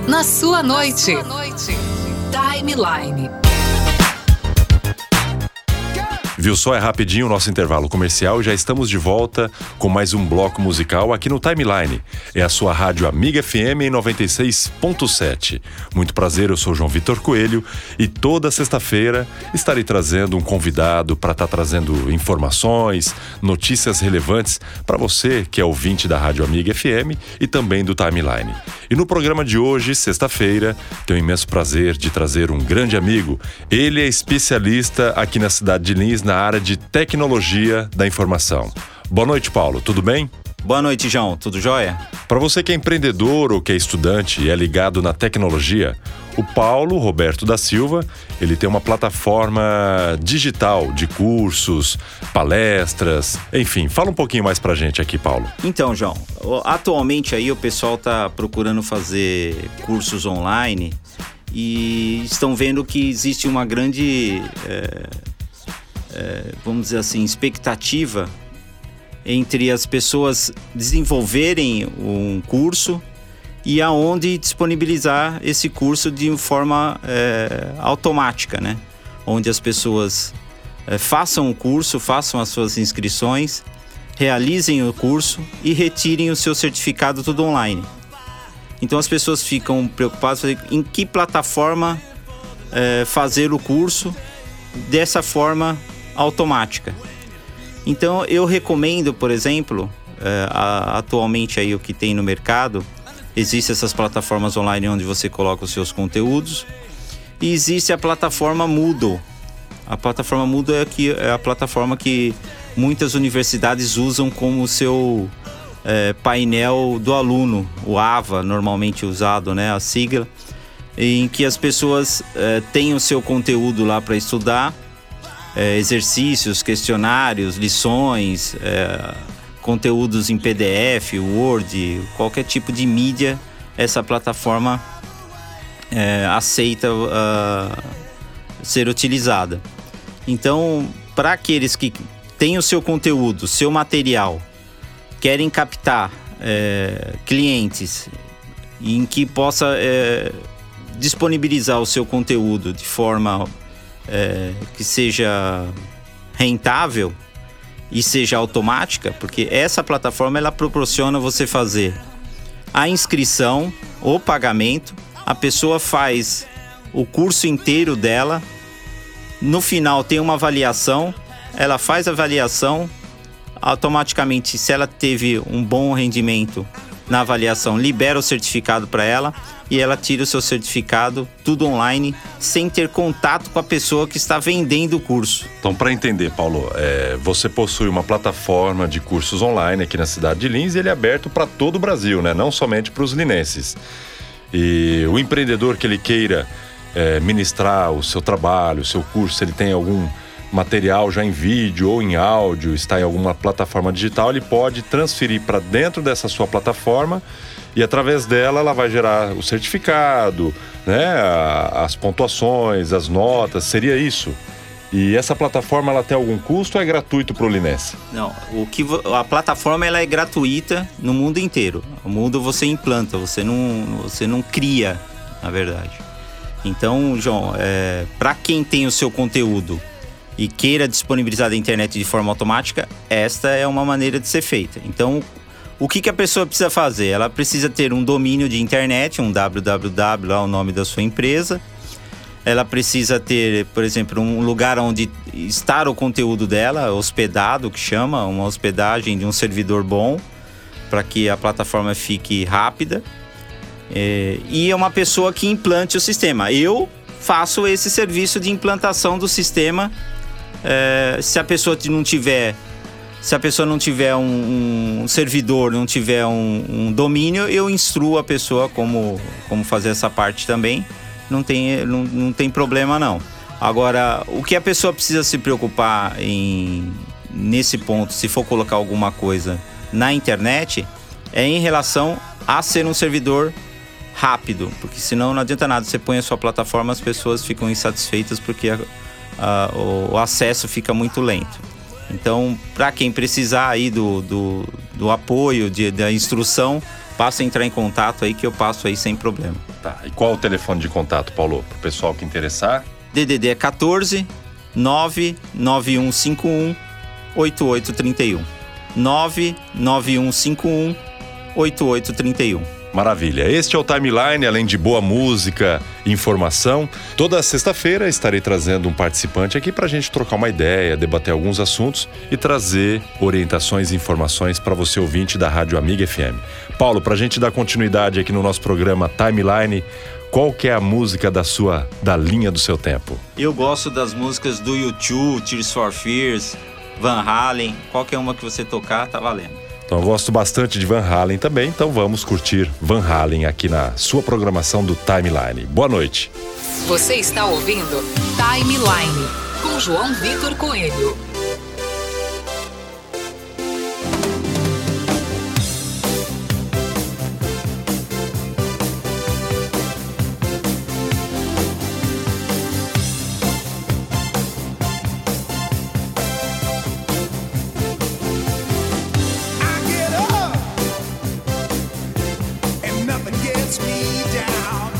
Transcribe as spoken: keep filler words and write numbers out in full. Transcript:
na sua noite. Timeline. Viu só? É rapidinho o nosso intervalo comercial e já estamos de volta com mais um bloco musical aqui no Timeline. É a sua rádio Amiga F M em noventa e seis ponto sete. Muito prazer, eu sou João Vitor Coelho e toda sexta-feira estarei trazendo um convidado para estar tá trazendo informações, notícias relevantes para você que é ouvinte da Rádio Amiga F M e também do Timeline. E no programa de hoje, sexta-feira, tenho o imenso prazer de trazer um grande amigo. Ele é especialista aqui na cidade de Lins, na área de tecnologia da informação. Boa noite, Paulo. Tudo bem? Boa noite, João. Tudo jóia? Para você que é empreendedor ou que é estudante e é ligado na tecnologia, o Paulo Roberto da Silva, ele tem uma plataforma digital de cursos, palestras, enfim. Fala um pouquinho mais pra gente aqui, Paulo. Então, João, atualmente aí o pessoal tá procurando fazer cursos online e estão vendo que existe uma grande... É... É, vamos dizer assim, expectativa entre as pessoas desenvolverem um curso e aonde disponibilizar esse curso de forma é, automática, né? Onde as pessoas é, façam o curso, façam as suas inscrições, realizem o curso e retirem o seu certificado tudo online. Então as pessoas ficam preocupadas em que plataforma é, fazer o curso dessa forma automática. Então eu recomendo, por exemplo, é, a, atualmente aí o que tem no mercado, existem essas plataformas online onde você coloca os seus conteúdos e existe a plataforma Moodle. A plataforma Moodle é, aqui, é a plataforma que muitas universidades usam como seu é, painel do aluno, o A V A normalmente usado, né, a sigla, em que as pessoas é, têm o seu conteúdo lá para estudar. É, exercícios, questionários, lições, é, conteúdos em P D F, Word, qualquer tipo de mídia, essa plataforma é, aceita uh, ser utilizada. Então, para aqueles que têm o seu conteúdo, seu material, querem captar é, clientes em que possa é, disponibilizar o seu conteúdo de forma É, que seja rentável e seja automática, porque essa plataforma ela proporciona você fazer a inscrição, o pagamento, a pessoa faz o curso inteiro dela, no final tem uma avaliação, ela faz a avaliação, automaticamente, se ela teve um bom rendimento na avaliação, libera o certificado para ela e ela tira o seu certificado, tudo online, sem ter contato com a pessoa que está vendendo o curso. Então, para entender, Paulo, é, você possui uma plataforma de cursos online aqui na cidade de Lins e ele é aberto para todo o Brasil, né? Não somente para os linenses. E o empreendedor que ele queira é, ministrar o seu trabalho, o seu curso, se ele tem algum material já em vídeo ou em áudio, está em alguma plataforma digital, ele pode transferir para dentro dessa sua plataforma e através dela ela vai gerar o certificado, né, as pontuações, as notas, seria isso? E essa plataforma ela tem algum custo ou é gratuito para o linense? Não, o que a plataforma ela é gratuita no mundo inteiro. O mundo você implanta, você não, você não cria, na verdade. Então, João, é, para quem tem o seu conteúdo e queira disponibilizar da internet de forma automática, esta é uma maneira de ser feita. Então, o que, que a pessoa precisa fazer? Ela precisa ter um domínio de internet, um www, lá o nome da sua empresa. Ela precisa ter, por exemplo, um lugar onde estar o conteúdo dela, hospedado, que chama, uma hospedagem de um servidor bom, para que a plataforma fique rápida. É, e é uma pessoa que implante o sistema. Eu faço esse serviço de implantação do sistema. É, se a pessoa não tiver... Se a pessoa não tiver um, um servidor, não tiver um, um domínio, eu instruo a pessoa como, como fazer essa parte também. Não tem, não, não tem problema, não. Agora, o que a pessoa precisa se preocupar em, nesse ponto, se for colocar alguma coisa na internet, é em relação a ser um servidor rápido. Porque senão não adianta nada. Você põe a sua plataforma, as pessoas ficam insatisfeitas porque a, a, o, o acesso fica muito lento. Então, para quem precisar aí do, do, do apoio, de, da instrução, basta entrar em contato aí que eu passo aí sem problema. Tá, e qual o telefone de contato, Paulo, para o pessoal que interessar? D D D é quatorze, nove nove um cinco um, oito oito três um. nove nove um cinco um, oito oito três um. Maravilha. Este é o Timeline, além de boa música e informação. Toda sexta-feira estarei trazendo um participante aqui para a gente trocar uma ideia, debater alguns assuntos e trazer orientações e informações para você ouvinte da Rádio Amiga F M. Paulo, para a gente dar continuidade aqui no nosso programa Timeline, qual que é a música da sua, da linha do seu tempo? Eu gosto das músicas do U dois, Tears for Fears, Van Halen. Qualquer uma que você tocar, tá valendo. Então eu gosto bastante de Van Halen também, então vamos curtir Van Halen aqui na sua programação do Timeline. Boa noite. Você está ouvindo Timeline com João Vitor Coelho. Nothing gets me down.